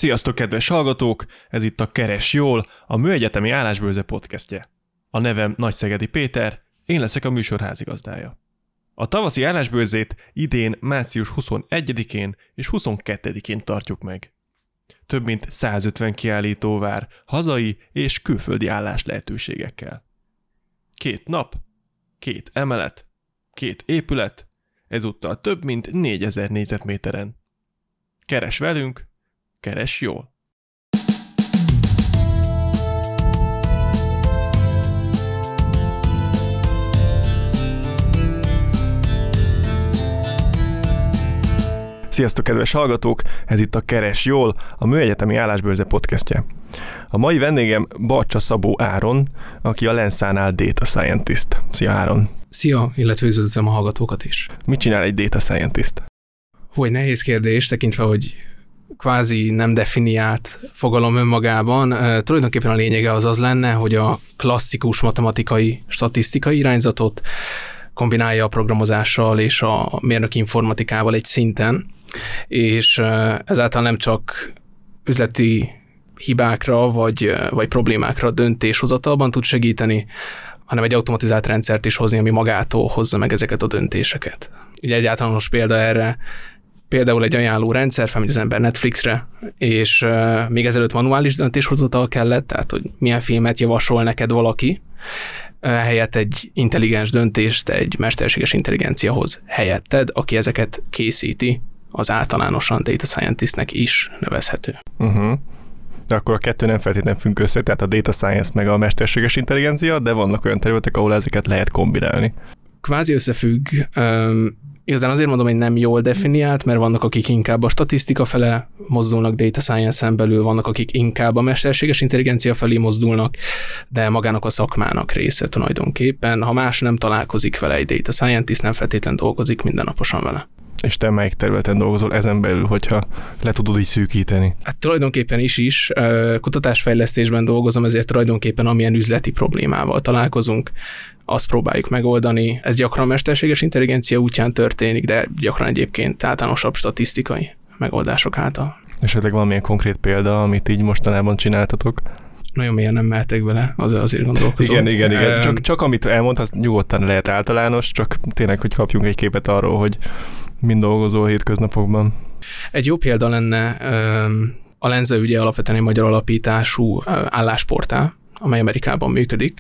Sziasztok, kedves hallgatók! Ez itt a Keres Jól, a Műegyetemi Állásbőrze podcastje. A nevem Nagyszegedi Péter, én leszek a műsor házigazdája. A tavaszi állásbőrzét idén március 21-én és 22-én tartjuk meg. Több mint 150 kiállító vár hazai és külföldi állás lehetőségekkel. 2 nap, 2 emelet, 2 épület, ezúttal több mint 4000 négyzetméteren. Keres velünk, keres jól! Sziasztok, kedves hallgatók! Ez itt a Keres Jól, a Műegyetemi Állásbőrze podcastje. A mai vendégem Barcsa Szabó Áron, aki a Lensa-nál Data Scientist. Szia, Áron! Szia, illetve üdvözlöm a hallgatókat is. Mit csinál egy Data Scientist? Hogy nehéz kérdés, tekintve, hogy kvázi nem definiált fogalom önmagában. Tulajdonképpen a lényege az lenne, hogy a klasszikus matematikai, statisztikai irányzatot kombinálja a programozással és a mérnöki informatikával egy szinten, és ezáltal nem csak üzleti hibákra vagy problémákra döntéshozatalban tud segíteni, hanem egy automatizált rendszert is hozni, ami magától hozza meg ezeket a döntéseket. Ugye egy általános példa erre, például egy ajánló rendszer, felmegy az ember Netflixre, és még ezelőtt manuális döntéshozatal kellett, tehát hogy milyen filmet javasol neked valaki, helyett egy intelligens döntést egy mesterséges intelligencia hoz helyetted, aki ezeket készíti, az általánosan data scientistnek is nevezhető. De akkor a kettő nem feltétlenül függ össze, tehát a data science meg a mesterséges intelligencia, de vannak olyan területek, ahol ezeket lehet kombinálni. Kvázi összefügg. Igazán azért mondom, hogy nem jól definiált, mert vannak, akik inkább a statisztika fele mozdulnak data science-en belül, vannak, akik inkább a mesterséges intelligencia felé mozdulnak, de magának a szakmának része tulajdonképpen. Ha más nem találkozik vele egy data scientist, nem feltétlenül dolgozik mindennaposan vele. És te melyik területen dolgozol ezen belül, hogyha le tudod így szűkíteni? Hát tulajdonképpen is. Kutatásfejlesztésben dolgozom, ezért tulajdonképpen amilyen üzleti problémával találkozunk, azt próbáljuk megoldani. Ez gyakran mesterséges intelligencia útján történik, de gyakran egyébként általánosabb statisztikai megoldások által. Esetleg valamilyen konkrét példa, amit így mostanában csináltatok? Nagyon mélyen nem mehetek bele, azért gondolkozom. Igen. Csak amit elmondhatsz, nyugodtan lehet általános, csak tényleg, hogy kapjunk egy képet arról, hogy mind dolgozó a hétköznapokban. Egy jó példa lenne a Lensa ugye alapvetően egy magyar alapítású állásportál, amely Amerikában működik,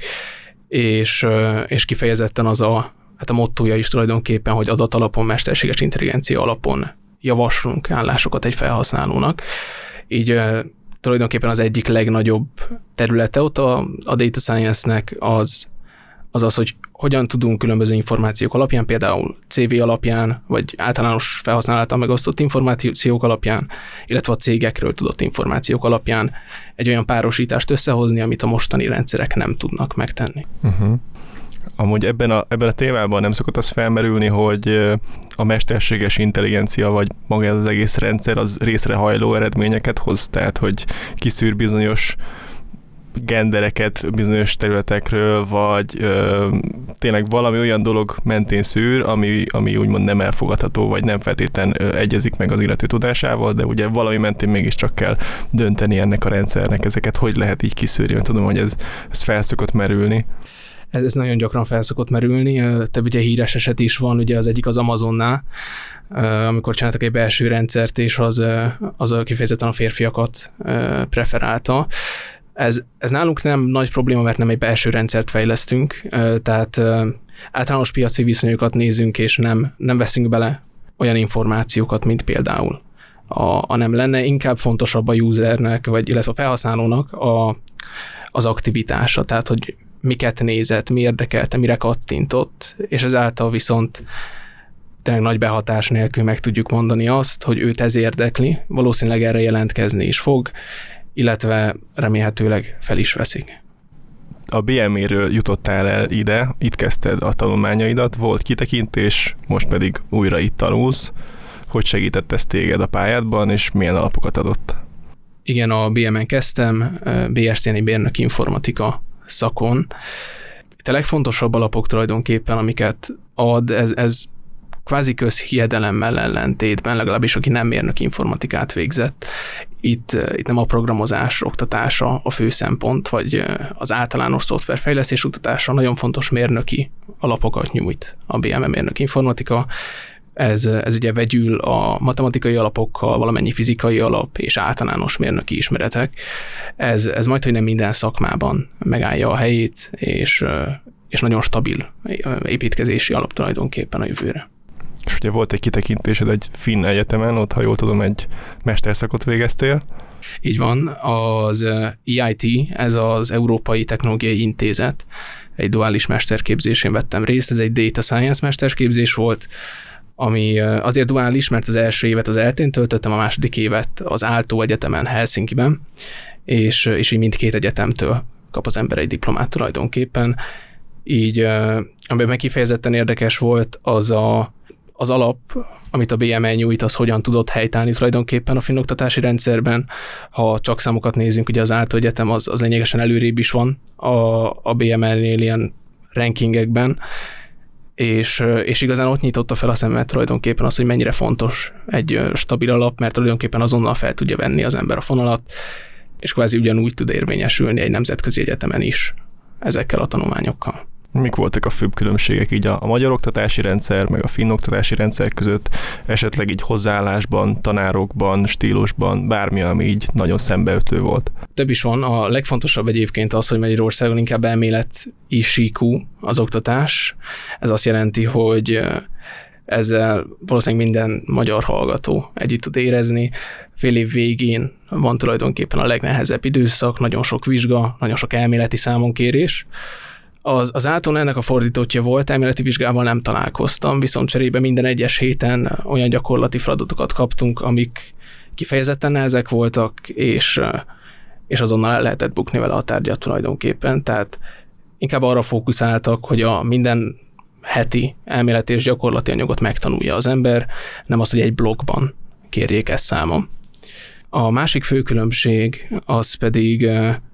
és kifejezetten az a mottója is tulajdonképpen, hogy adatalapon, mesterséges intelligencia alapon javaslunk állásokat egy felhasználónak. Így tulajdonképpen az egyik legnagyobb területe ott a data science-nek az, hogy hogyan tudunk különböző információk alapján, például CV alapján, vagy általános felhasználata megosztott információk alapján, illetve a cégekről tudott információk alapján egy olyan párosítást összehozni, amit a mostani rendszerek nem tudnak megtenni. Amúgy ebben a témában nem szokott az felmerülni, hogy a mesterséges intelligencia vagy maga ez az egész rendszer az részrehajló eredményeket hoz, tehát hogy kiszűr bizonyos gendereket bizonyos területekről, vagy tényleg valami olyan dolog mentén szűr, ami úgymond nem elfogadható, vagy nem feltétlenül egyezik meg az illető tudásával, de ugye valami mentén mégiscsak kell dönteni ennek a rendszernek. Ezeket hogy lehet így kiszűrni? Mert tudom, hogy ez fel szokott merülni. Ez nagyon gyakran fel szokott merülni. Több ugye híres eset is van, ugye az egyik az Amazonnál, amikor csináltak egy belső rendszert, és az kifejezetten a férfiakat preferálta. Ez nálunk nem nagy probléma, mert nem egy belső rendszert fejlesztünk, tehát általános piaci viszonyokat nézünk, és nem veszünk bele olyan információkat, mint például a nem lenne. Inkább fontosabb a usernek, illetve a felhasználónak az aktivitása, tehát hogy miket nézett, mi érdekelte, mire kattintott, és ezáltal viszont tényleg nagy behatás nélkül meg tudjuk mondani azt, hogy őt ez érdekli, valószínűleg erre jelentkezni is fog, illetve remélhetőleg fel is veszik. A BME-ről jutottál el ide, itt kezdted a tanulmányaidat, volt kitekintés, most pedig újra itt tanulsz. Hogy segített ez téged a pályádban, és milyen alapokat adott? Igen, a BM-en kezdtem, BRC-n egy mérnöki informatika szakon. Itt a legfontosabb alapok tulajdonképpen, amiket ad, ez kvázi közhiedelemmel ellentétben, legalábbis aki nem mérnöki informatikát végzett, itt nem a programozás oktatása a fő szempont, vagy az általános szoftverfejlesztés oktatása, nagyon fontos mérnöki alapokat nyújt a BME mérnöki informatika. Ez ugye vegyül a matematikai alapokkal, valamennyi fizikai alap és általános mérnöki ismeretek. Ez majdhogy nem minden szakmában megállja a helyét, és nagyon stabil építkezési alap tulajdonképpen a jövőre. És ugye volt egy kitekintésed egy finn egyetemen, ott, ha jól tudom, egy mesterszakot végeztél. Így van, az EIT, ez az Európai Technológiai Intézet, egy duális mesterképzésén vettem részt, ez egy data science mesterképzés volt, ami azért duális, mert az első évet az ELTE-n töltöttem, a második évet az Aalto Egyetemen Helsinkiben, és így mindkét egyetemtől kap az ember egy diplomát tulajdonképpen. Így, amiben kifejezetten érdekes volt, az alap, amit a BME nyújt, az hogyan tudott helytállni tulajdonképpen a finn oktatási rendszerben. Ha csak számokat nézünk, ugye az Aalto Egyetem az lényegesen előrébb is van a BME-nél ilyen rankingekben, és igazán ott nyitotta fel a szemet tulajdonképpen az, hogy mennyire fontos egy stabil alap, mert tulajdonképpen azonnal fel tudja venni az ember a fonalat, és kvázi ugyanúgy tud érvényesülni egy nemzetközi egyetemen is ezekkel a tanulmányokkal. Mik voltak a főbb különbségek így a magyar oktatási rendszer, meg a finn oktatási rendszer között, esetleg így hozzáállásban, tanárokban, stílusban, bármi, ami így nagyon szembeötlő volt? Több is van. A legfontosabb egyébként az, hogy Magyarországon inkább elméleti síkú az oktatás. Ez azt jelenti, hogy ezzel valószínűleg minden magyar hallgató együtt tud érezni. Fél év végén van tulajdonképpen a legnehezebb időszak, nagyon sok vizsga, nagyon sok elméleti számonkérés. Az Aalton ennek a fordítottja volt, elméleti vizsgával nem találkoztam, viszont cserébe minden egyes héten olyan gyakorlati feladatokat kaptunk, amik kifejezetten nehezek voltak, és azonnal el lehetett bukni vele a tárgyat tulajdonképpen. Tehát inkább arra fókuszáltak, hogy a minden heti elméleti és gyakorlati anyagot megtanulja az ember, nem az, hogy egy blogban kérjék ezt számon. A másik fő különbség az pedig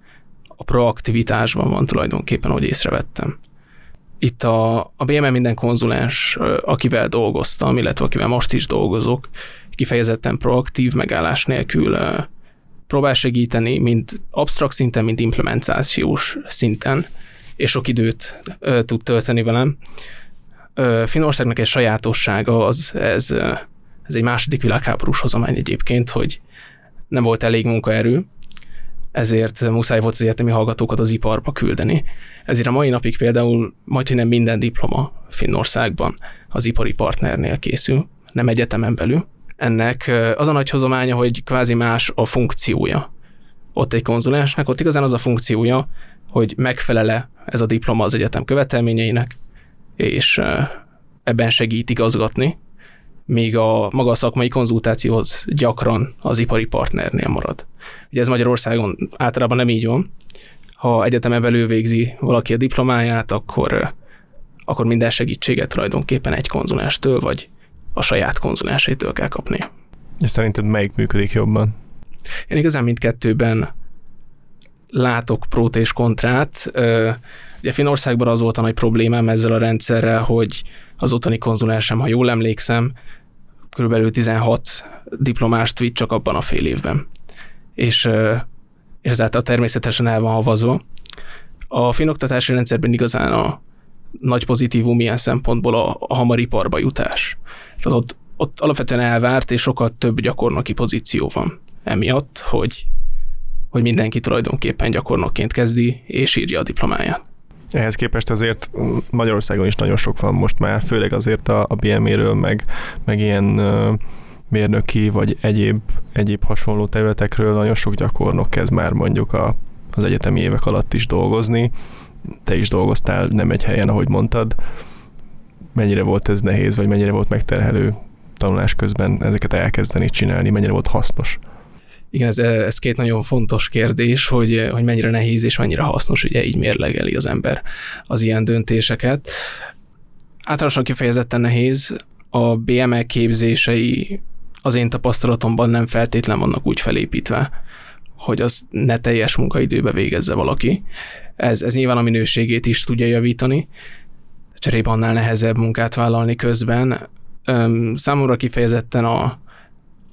a proaktivitásban van tulajdonképpen, ahogy észrevettem. Itt a BME minden konzulens, akivel dolgoztam, illetve akivel most is dolgozok, kifejezetten proaktív, megállás nélkül próbál segíteni, mind absztrakt szinten, mind implementációs szinten, és sok időt tud tölteni velem. Finnországnak egy sajátossága, ez egy második világháborús hozomány egyébként, hogy nem volt elég munkaerő, ezért muszáj volt az egyetemi hallgatókat az iparba küldeni. Ezért a mai napig például majdhogy nem minden diploma Finnországban az ipari partnernél készül, nem egyetemen belül. Ennek az a nagy hozománya, hogy kvázi más a funkciója. Ott egy konzulensnek, ott igazán az a funkciója, hogy megfelele ez a diploma az egyetem követelményeinek, és ebben segít igazgatni, míg maga a szakmai konzultációhoz gyakran az ipari partnernél marad. Ugye ez Magyarországon általában nem így van. Ha egyetemen belül végzi valaki a diplomáját, akkor minden segítséget tulajdonképpen egy konzulenstől, vagy a saját konzulensétől kell kapni. És szerinted melyik működik jobban? Én igazán mindkettőben látok prót és kontrát. Ugye Finnországban az volt a nagy problémám ezzel a rendszerrel, hogy az ottani konzulensem, ha jól emlékszem, körülbelül 16 diplomást vitt csak abban a fél évben. És ezáltal természetesen el van havazva. A finn oktatási rendszerben igazán a nagy pozitívum ilyen szempontból a hamar iparba jutás. Tehát ott alapvetően elvárt és sokkal több gyakornoki pozíció van. Emiatt, hogy mindenki tulajdonképpen gyakornokként kezdi és írja a diplomáját. Ehhez képest azért Magyarországon is nagyon sok van most már, főleg azért a BME-ről, meg ilyen mérnöki vagy egyéb hasonló területekről nagyon sok gyakornok kezd már mondjuk az egyetemi évek alatt is dolgozni. Te is dolgoztál nem egy helyen, ahogy mondtad. Mennyire volt ez nehéz, vagy mennyire volt megterhelő tanulás közben ezeket elkezdeni csinálni, mennyire volt hasznos? Igen, ez két nagyon fontos kérdés, hogy mennyire nehéz és mennyire hasznos, ugye így mérlegeli az ember az ilyen döntéseket. Általánosan kifejezetten nehéz, a BME képzései az én tapasztalatomban nem feltétlen vannak úgy felépítve, hogy az ne teljes munkaidőbe végezze valaki. Ez nyilván a minőségét is tudja javítani, cserébe annál nehezebb munkát vállalni közben. Számomra kifejezetten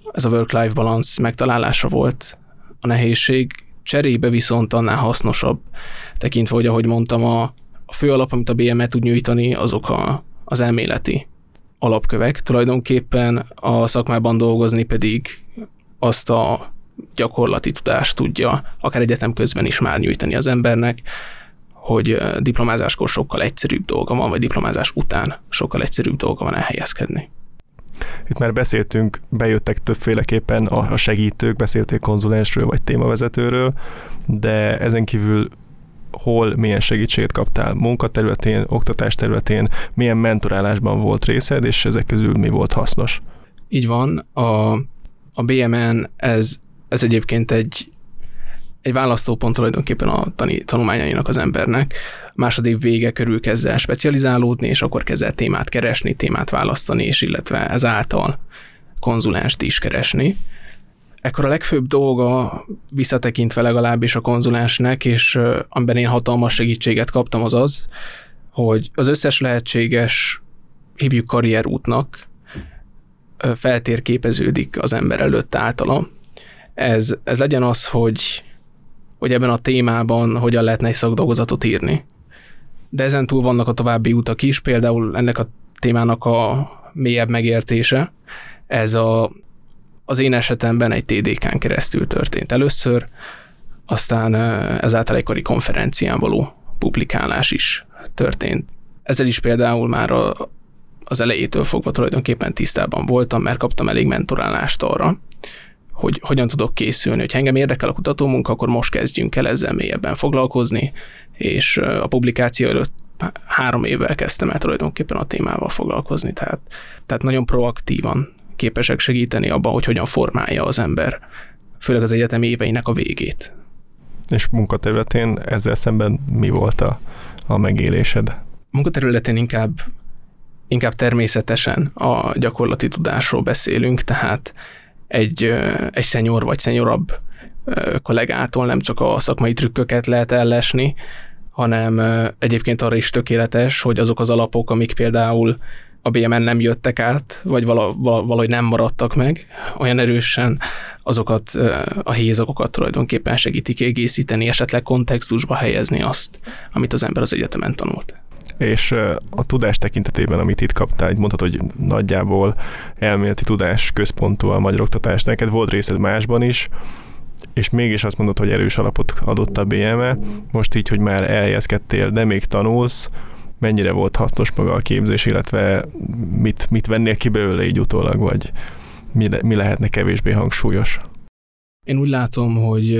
ez a work-life balance megtalálása volt a nehézség, cserébe viszont annál hasznosabb, tekintve, hogy ahogy mondtam, a fő alap, amit a BME tud nyújtani, azok az elméleti alapkövek. Tulajdonképpen a szakmában dolgozni pedig azt a gyakorlati tudást tudja, akár egyetem közben is már nyújtani az embernek, hogy diplomázáskor sokkal egyszerűbb dolga van, vagy diplomázás után sokkal egyszerűbb dolga van elhelyezkedni. Itt már beszéltünk, bejöttek többféleképpen a segítők, beszélték konzulensről vagy témavezetőről, de ezen kívül hol milyen segítséget kaptál munkaterületén, oktatás területén, milyen mentorálásban volt részed, és ezek közül mi volt hasznos? Így van, a BMN ez egyébként egy választópont tulajdonképpen a tanulmányainak az embernek. Második vége körül kezd el specializálódni, és akkor kezd el témát keresni, témát választani, és illetve ezáltal konzulenst is keresni. Ekkor a legfőbb dolga visszatekintve legalábbis a konzulensnek, és amiben én hatalmas segítséget kaptam, az, hogy az összes lehetséges, hívjuk karrierútnak, feltérképeződik az ember előtt általa. Ez legyen az, hogy ebben a témában hogyan lehetne egy szakdolgozatot írni. De ezen túl vannak a további utak is, például ennek a témának a mélyebb megértése. Ez az én esetemben egy TDK-n keresztül történt először, aztán ezáltal egykori konferencián való publikálás is történt. Ezzel is például már az elejétől fogva tulajdonképpen tisztában voltam, mert kaptam elég mentorálást arra, hogy hogyan tudok készülni, hogy engem érdekel a kutatómunka, akkor most kezdjünk el ezzel mélyebben foglalkozni, és a publikáció előtt 3 évvel kezdtem el tulajdonképpen a témával foglalkozni, tehát nagyon proaktívan képesek segíteni abban, hogy hogyan formálja az ember, főleg az egyetemi éveinek a végét. És munkaterületén ezzel szemben mi volt a megélésed? Munkaterületén inkább természetesen a gyakorlati tudásról beszélünk, tehát egy szenyor vagy szenyorabb kollégától nem csak a szakmai trükköket lehet ellesni, hanem egyébként arra is tökéletes, hogy azok az alapok, amik például a BMN nem jöttek át, vagy valahogy nem maradtak meg, olyan erősen azokat a hézagokat tulajdonképpen segítik egészíteni, esetleg kontextusba helyezni azt, amit az ember az egyetemen tanult. És a tudás tekintetében, amit itt kaptál, így mondhatod, hogy nagyjából elméleti tudás központú a magyar oktatás, neked volt részed másban is, és mégis azt mondod, hogy erős alapot adott a BME, most így, hogy már elhelyezkedtél, de még tanulsz, mennyire volt hasznos maga a képzés, illetve mit vennél ki belőle így utólag, vagy mi lehetne kevésbé hangsúlyos? Én úgy látom, hogy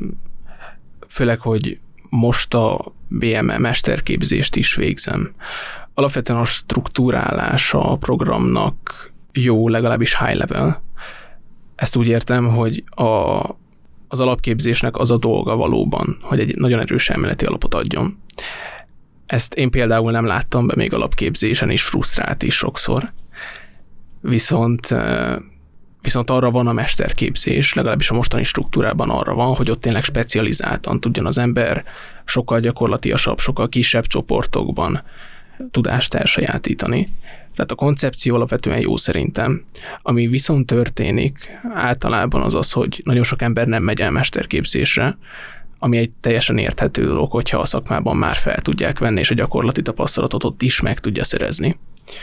főleg, hogy most a BME mesterképzést is végzem. Alapvetően a struktúrálása a programnak jó, legalábbis high level. Ezt úgy értem, hogy az alapképzésnek az a dolga valóban, hogy egy nagyon erős elméleti alapot adjon. Ezt én például nem láttam be még alapképzésen, és frusztrált is sokszor. Viszont arra van a mesterképzés, legalábbis a mostani struktúrában arra van, hogy ott tényleg specializáltan tudjon az ember sokkal gyakorlatiasabb, sokkal kisebb csoportokban tudást elsajátítani. Tehát a koncepció alapvetően jó szerintem. Ami viszont történik általában az, hogy nagyon sok ember nem megy el mesterképzésre, ami egy teljesen érthető dolog, hogyha a szakmában már fel tudják venni, és a gyakorlati tapasztalatot ott is meg tudja szerezni.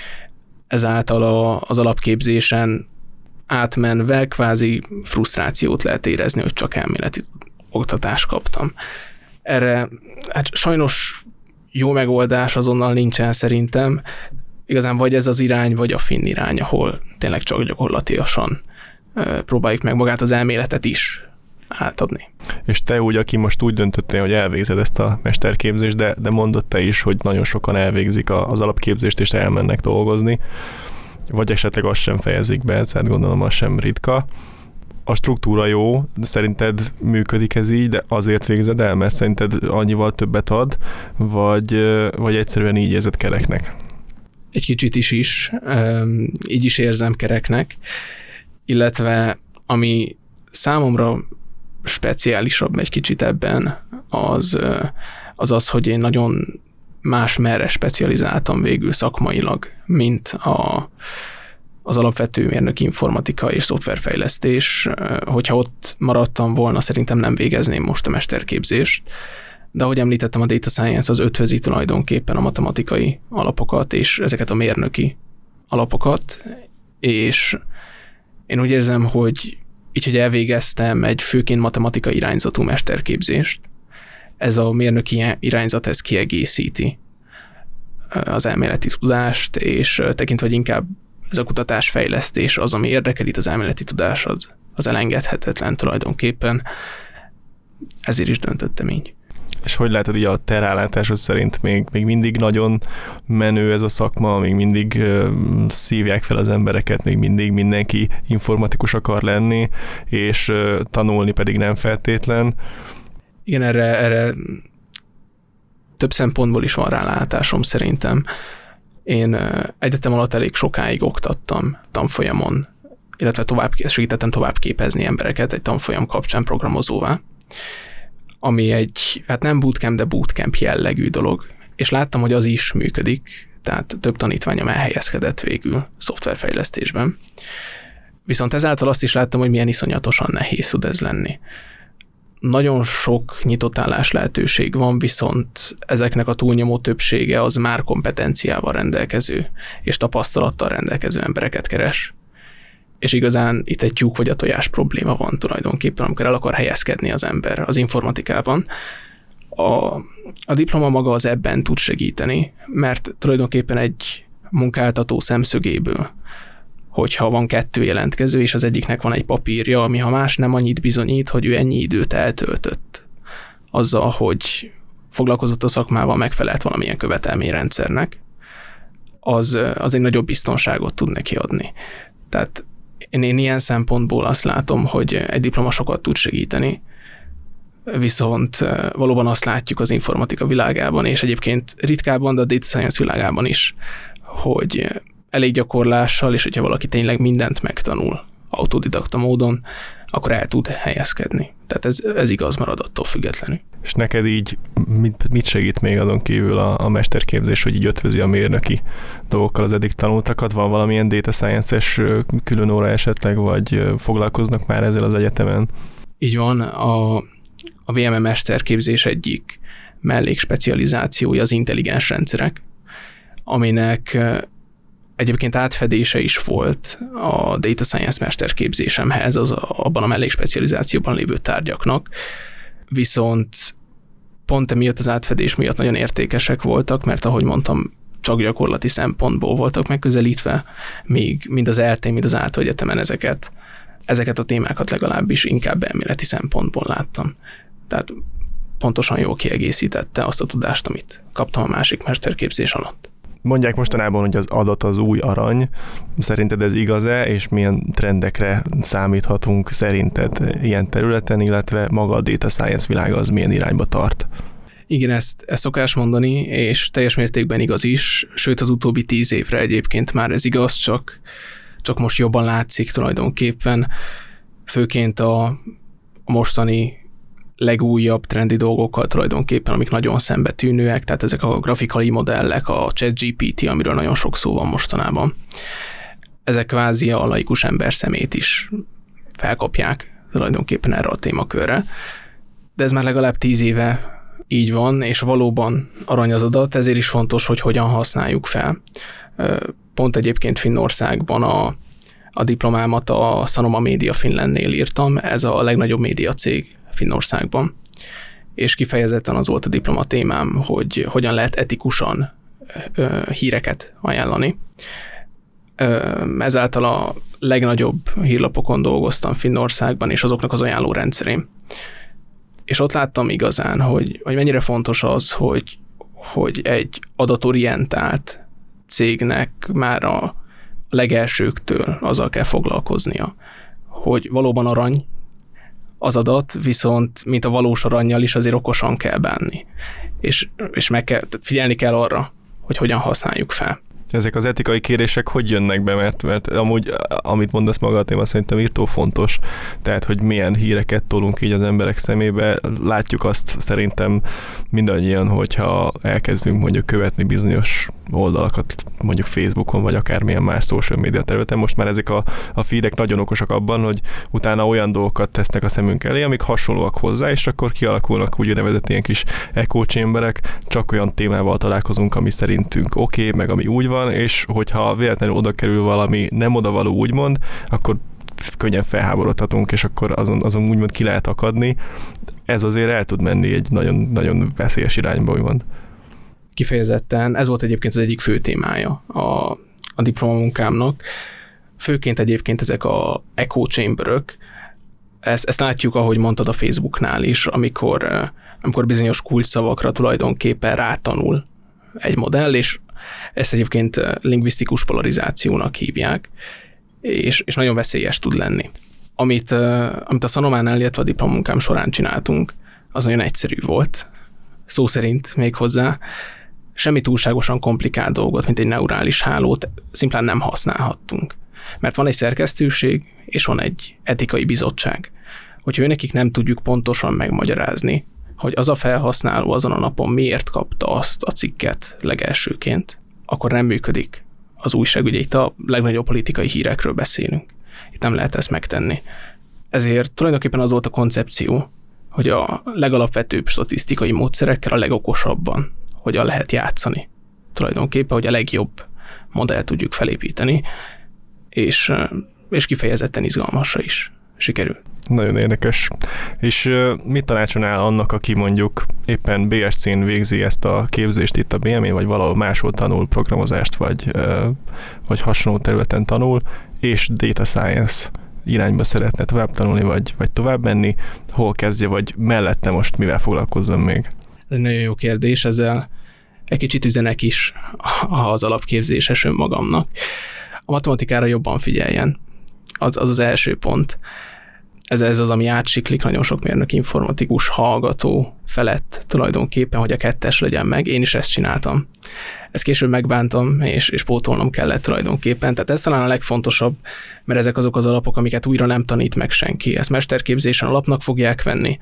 Ezáltal az alapképzésen átmenve kvázi frusztrációt lehet érezni, hogy csak elméleti oktatást kaptam. Erre hát sajnos jó megoldás azonnal nincsen szerintem. Igazán vagy ez az irány, vagy a finn irány, ahol tényleg csak gyakorlatiasan próbáljuk meg magát az elméletet is átadni. És te úgy, aki most úgy döntöttél, hogy elvégzed ezt a mesterképzést, de mondod te is, hogy nagyon sokan elvégzik az alapképzést, és elmennek dolgozni, vagy esetleg azt sem fejezik be, tehát gondolom az sem ritka. A struktúra jó, de szerinted működik ez így, de azért végzed el, mert szerinted annyival többet ad, vagy egyszerűen így érzed kereknek? Egy kicsit is, így is érzem kereknek, illetve ami számomra speciálisabb egy kicsit ebben, az, hogy én nagyon más merre specializáltam végül szakmailag, mint az alapvető mérnöki informatika és szoftverfejlesztés. Hogyha ott maradtam volna, szerintem nem végezném most a mesterképzést. De ahogy említettem, a data science az ötvözi tulajdonképpen a matematikai alapokat és ezeket a mérnöki alapokat, és én úgy érzem, hogy így, hogy elvégeztem egy főként matematikai irányzatú mesterképzést, ez a mérnöki irányzat ez kiegészíti az elméleti tudást, és tekintve, hogy inkább ez a kutatásfejlesztés az, ami érdekel, itt az elméleti tudás az elengedhetetlen tulajdonképpen, ezért is döntöttem így. És hogy látod így a te rálátásod szerint még mindig nagyon menő ez a szakma, még mindig szívják fel az embereket, még mindig mindenki informatikus akar lenni, és tanulni pedig nem feltétlen? Igen, erre több szempontból is van rálátásom szerintem. Én egyetem alatt elég sokáig oktattam tanfolyamon, illetve segítettem tovább képezni embereket egy tanfolyam kapcsán programozóvá, ami egy, hát nem bootcamp, de bootcamp jellegű dolog, és láttam, hogy az is működik, tehát több tanítványom elhelyezkedett végül szoftverfejlesztésben. Viszont ezáltal azt is láttam, hogy milyen iszonyatosan nehéz tud ez lenni. Nagyon sok nyitott állás lehetőség van, viszont ezeknek a túlnyomó többsége az már kompetenciával rendelkező és tapasztalattal rendelkező embereket keres. És igazán itt egy tyúk vagy a tojás probléma van tulajdonképpen, amikor el akar helyezkedni az ember az informatikában. A diploma maga az ebben tud segíteni, mert tulajdonképpen egy munkáltató szemszögéből, hogyha van 2 jelentkező, és az egyiknek van egy papírja, ami ha más nem annyit bizonyít, hogy ő ennyi időt eltöltött azzal, hogy foglalkozott a szakmával, megfelelt valamilyen követelményrendszernek, az egy nagyobb biztonságot tud neki adni. Tehát én ilyen szempontból azt látom, hogy egy diploma sokat tud segíteni, viszont valóban azt látjuk az informatika világában, és egyébként ritkábban, de a data science világában is, hogy elég gyakorlással, és hogyha valaki tényleg mindent megtanul autodidakta módon, akkor el tud helyezkedni. Tehát ez igaz marad attól függetlenül. És neked így mit segít még azon kívül a mesterképzés, hogy így ötvözi a mérnöki dolgokkal az eddig tanultakat? Van valamilyen data science-es külön óra esetleg, vagy foglalkoznak már ezzel az egyetemen? Így van, a VME mesterképzés egyik mellékspecializációja az intelligens rendszerek, aminek egyébként átfedése is volt a data science mesterképzésemhez, abban a mellékspecializációban lévő tárgyaknak, viszont pont emiatt az átfedés miatt nagyon értékesek voltak, mert ahogy mondtam, csak gyakorlati szempontból voltak megközelítve, míg mind az ELTE, mind az ÁLTO egyetemen ezeket a témákat legalábbis inkább elméleti szempontból láttam. Tehát pontosan jól kiegészítette azt a tudást, amit kaptam a másik mesterképzés alatt. Mondják mostanában, hogy az adat az új arany. Szerinted ez igaz-e, és milyen trendekre számíthatunk szerinted ilyen területen, illetve maga a data science világa az milyen irányba tart? Igen, ezt szokás mondani, és teljes mértékben igaz is, sőt az utóbbi 10 évre egyébként már ez igaz, csak most jobban látszik tulajdonképpen, főként a mostani legújabb trendi dolgokkal tulajdonképpen, amik nagyon szembetűnőek, tehát ezek a grafikai modellek, a ChatGPT, amiről nagyon sok szó van mostanában. Ezek kvázi a laikus ember szemét is felkapják tulajdonképpen erre a témakörre. De ez már legalább 10 éve így van, és valóban arany az adat, ezért is fontos, hogy hogyan használjuk fel. Pont egyébként Finnországban a diplomámat a Sanoma Media Finlandnél írtam, ez a legnagyobb média cég Finnországban, és kifejezetten az volt a diploma témám, hogy hogyan lehet etikusan híreket ajánlani. Ezáltal a legnagyobb hírlapokon dolgoztam Finnországban, és azoknak az ajánló rendszerén. És ott láttam igazán, hogy mennyire fontos az, hogy egy adatorientált cégnek már a legelsőktől azzal kell foglalkoznia, hogy valóban arany az adat, viszont mint a valós arannyal is azért okosan kell bánni. És figyelni kell arra, hogy hogyan használjuk fel. Ezek az etikai kérdések hogy jönnek be, mert amúgy, amit mondasz maga a téma, szerintem írtó fontos. Tehát, hogy milyen híreket tolunk így az emberek szemébe. Látjuk azt szerintem mindannyian, hogyha elkezdünk mondjuk követni bizonyos oldalakat, mondjuk Facebookon, vagy akármilyen más social media területen. Most már ezek a feedek nagyon okosak abban, hogy utána olyan dolgokat tesznek a szemünk elé, amik hasonlóak hozzá, és akkor kialakulnak úgynevezett ilyen kis echo chamberek, csak olyan témával találkozunk, ami szerintünk oké, meg ami úgy van, és hogyha véletlenül oda kerül valami nem odavaló úgymond, akkor könnyen felháborodhatunk, és akkor azon úgymond ki lehet akadni. Ez azért el tud menni egy nagyon, nagyon veszélyes irányba, úgymond. Kifejezetten, ez volt egyébként az egyik fő témája a diplomamunkámnak. Főként egyébként ezek a echo chamberök, ezt látjuk, ahogy mondtad a Facebooknál is, amikor bizonyos kulcsszavakra tulajdonképpen rátanul egy modell, és ezt egyébként lingvisztikus polarizációnak hívják, és nagyon veszélyes tud lenni. Amit a szanománál, illetve a diplomamunkám során csináltunk, az nagyon egyszerű volt, szó szerint még hozzá, semmi túlságosan komplikált dolgot, mint egy neurális hálót szimplán nem használhattunk. Mert van egy szerkesztőség, és van egy etikai bizottság. Hogyha őnekik nem tudjuk pontosan megmagyarázni, hogy az a felhasználó azon a napon miért kapta azt a cikket legelsőként, akkor nem működik az újság. Ugye itt a legnagyobb politikai hírekről beszélünk. Itt nem lehet ezt megtenni. Ezért tulajdonképpen az volt a koncepció, hogy a legalapvetőbb statisztikai módszerekkel a legokosabban hogyan lehet játszani. Tulajdonképpen, hogy a legjobb modellt tudjuk felépíteni, és kifejezetten izgalmasra is sikerült. Nagyon érdekes. És mit tanácsolnál annak, aki mondjuk éppen BSC-n végzi ezt a képzést itt a BM-én, vagy valahol máshol tanul programozást, vagy hasonló területen tanul, és data science irányba szeretne tovább tanulni, vagy tovább menni, hol kezdje, vagy mellette most mivel foglalkozzon még? Ez egy nagyon jó kérdés, ezzel egy kicsit üzenek is az alapképzéses önmagamnak. A matematikára jobban figyeljen. Az első pont. Ez az, ami átsiklik nagyon sok mérnök informatikus hallgató felett tulajdonképpen, hogy a 2-es legyen meg. Én is ezt csináltam. Ezt később megbántam, és pótolnom kellett tulajdonképpen. Tehát ez talán a legfontosabb, mert ezek azok az alapok, amiket újra nem tanít meg senki. Ezt mesterképzésen alapnak fogják venni.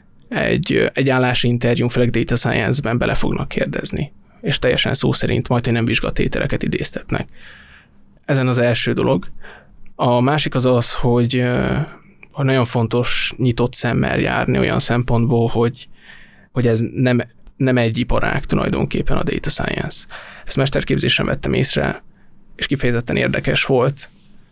Egy állási interjún, főleg data science-ben bele fognak kérdezni. És teljesen szó szerint majd nem vizsgatételeket idéztetnek. Ezen az első dolog. A másik az, hogy nagyon fontos nyitott szemmel járni olyan szempontból, hogy ez nem egy iparág tulajdonképpen a data science. Ezt mesterképzésen vettem észre, és kifejezetten érdekes volt,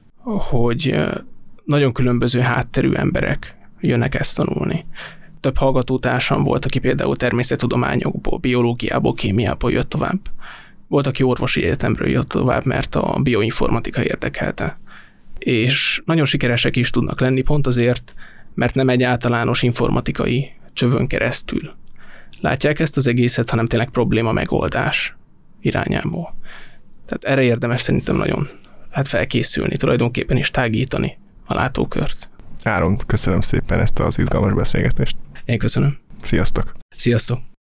hogy nagyon különböző hátterű emberek jönnek ezt tanulni. Több hallgatótársam volt, aki például természettudományokból, biológiából, kémiából jött tovább. Volt, aki orvosi egyetemről jött tovább, mert a bioinformatika érdekelte. És nagyon sikeresek is tudnak lenni pont azért, mert nem egy általános informatikai csövön keresztül látják ezt az egészet, hanem tényleg probléma megoldás irányából. Tehát erre érdemes szerintem nagyon felkészülni, tulajdonképpen is tágítani a látókört. Áron, köszönöm szépen ezt az izgalmas beszélgetést. Én köszönöm. Sziasztok! Sziasztok!